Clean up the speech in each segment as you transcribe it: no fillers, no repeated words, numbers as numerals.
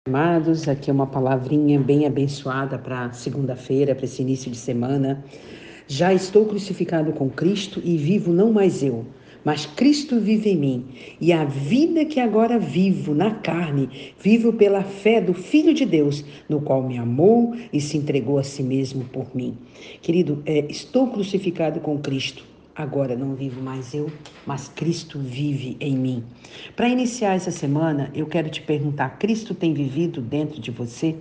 Amados, aqui é uma palavrinha bem abençoada para segunda-feira, para esse início de semana. Já estou crucificado com Cristo e vivo não mais eu, mas Cristo vive em mim. E a vida que agora vivo na carne, vivo pela fé do Filho de Deus, no qual me amou e se entregou a si mesmo por mim. Querido, estou crucificado com Cristo. Agora não vivo mais eu, mas Cristo vive em mim. Para iniciar essa semana, eu quero te perguntar: Cristo tem vivido dentro de você?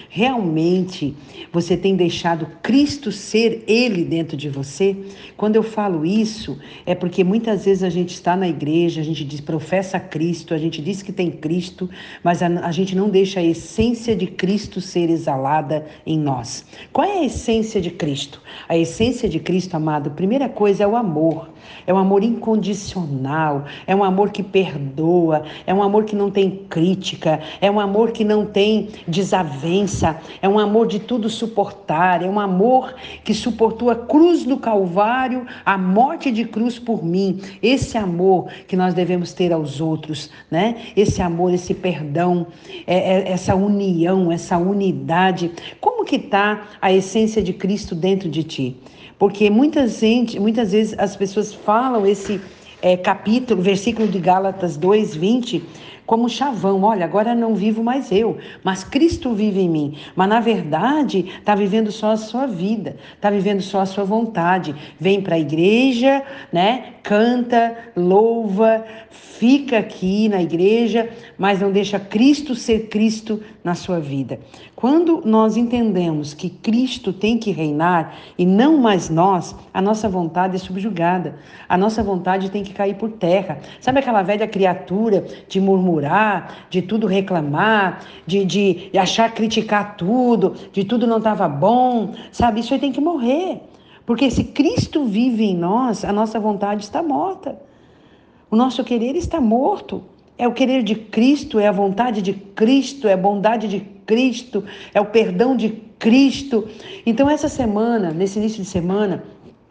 Realmente você tem deixado Cristo ser Ele dentro de você? Quando eu falo isso, é porque muitas vezes a gente está na igreja, a gente professa Cristo, a gente diz que tem Cristo, mas a gente não deixa a essência de Cristo ser exalada em nós. Qual é a essência de Cristo? A essência de Cristo, amado, primeira coisa é o amor. É um amor incondicional, é um amor que perdoa, é um amor que não tem crítica, é um amor que não tem desavença, é um amor de tudo suportar, é um amor que suportou a cruz do Calvário, a morte de cruz por mim. Esse amor que nós devemos ter aos outros, né? Esse amor, esse perdão, essa união, essa unidade. Como que está a essência de Cristo dentro de ti? Porque muitas vezes as pessoas falam esse capítulo, versículo de Gálatas 2:20, como chavão. Olha, agora não vivo mais eu, mas Cristo vive em mim. Mas na verdade está vivendo só a sua vida, está vivendo só a sua vontade. Vem para a igreja, né? Canta, louva, fica aqui na igreja, mas não deixa Cristo ser Cristo na sua vida. Quando nós entendemos que Cristo tem que reinar e não mais nós, a nossa vontade é subjugada. A nossa vontade tem que cair por terra. Sabe aquela velha criatura de murmurar, de tudo reclamar, de achar criticar tudo, de tudo não estava bom? Sabe, isso aí tem que morrer. Porque se Cristo vive em nós, a nossa vontade está morta. O nosso querer está morto. É o querer de Cristo, é a vontade de Cristo, é a bondade de Cristo, é o perdão de Cristo. Então, essa semana, nesse início de semana,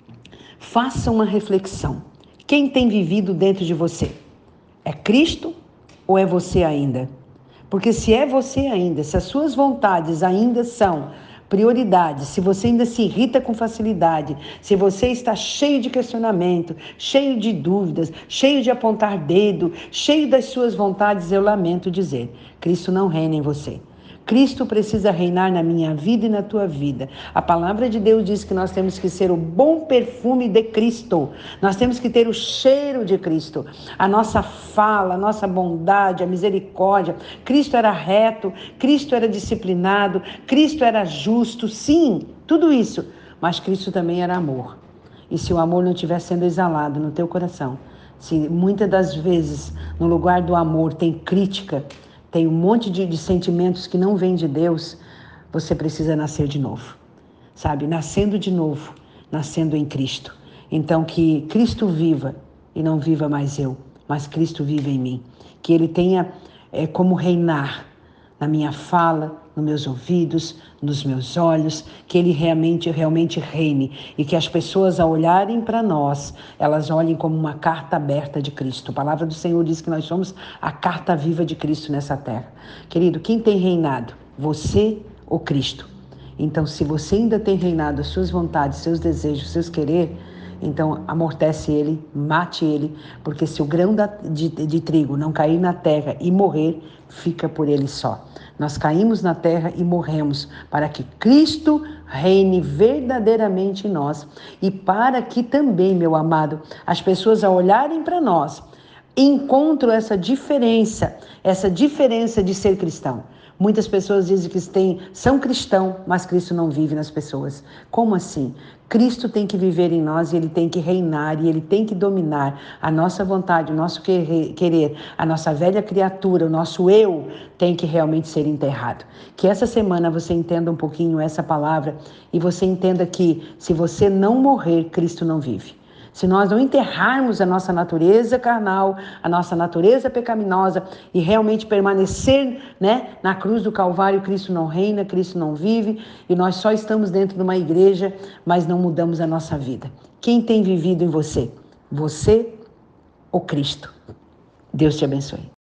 faça uma reflexão. Quem tem vivido dentro de você? É Cristo ou é você ainda? Porque se é você ainda, se as suas vontades ainda são prioridades, se você ainda se irrita com facilidade, se você está cheio de questionamento, cheio de dúvidas, cheio de apontar dedo, cheio das suas vontades, eu lamento dizer, Cristo não reina em você. Cristo precisa reinar na minha vida e na tua vida. A palavra de Deus diz que nós temos que ser o bom perfume de Cristo. Nós temos que ter o cheiro de Cristo. A nossa fala, a nossa bondade, a misericórdia. Cristo era reto, Cristo era disciplinado, Cristo era justo, sim, tudo isso. Mas Cristo também era amor. E se o amor não estiver sendo exalado no teu coração, se muitas das vezes no lugar do amor tem crítica, tem um monte de sentimentos que não vêm de Deus, você precisa nascer de novo, sabe? Nascendo de novo, nascendo em Cristo. Então, que Cristo viva e não viva mais eu, mas Cristo vive em mim. Que Ele tenha como reinar na minha fala, nos meus ouvidos, nos meus olhos, que Ele realmente reine e que as pessoas, ao olharem para nós, elas olhem como uma carta aberta de Cristo. A palavra do Senhor diz que nós somos a carta viva de Cristo nessa terra. Querido, quem tem reinado? Você ou Cristo? Então, se você ainda tem reinado as suas vontades, seus desejos, seus querer, então amortece ele, mate ele, porque se o grão de trigo não cair na terra e morrer, fica por ele só. Nós caímos na terra e morremos para que Cristo reine verdadeiramente em nós e para que também, meu amado, as pessoas ao olharem para nós, encontram essa diferença de ser cristão. Muitas pessoas dizem que são cristãos, mas Cristo não vive nas pessoas. Como assim? Cristo tem que viver em nós e Ele tem que reinar e Ele tem que dominar a nossa vontade, o nosso querer, a nossa velha criatura, o nosso eu tem que realmente ser enterrado. Que essa semana você entenda um pouquinho essa palavra e você entenda que se você não morrer, Cristo não vive. Se nós não enterrarmos a nossa natureza carnal, a nossa natureza pecaminosa e realmente permanecer, na cruz do Calvário, Cristo não reina, Cristo não vive e nós só estamos dentro de uma igreja, mas não mudamos a nossa vida. Quem tem vivido em você? Você ou Cristo? Deus te abençoe.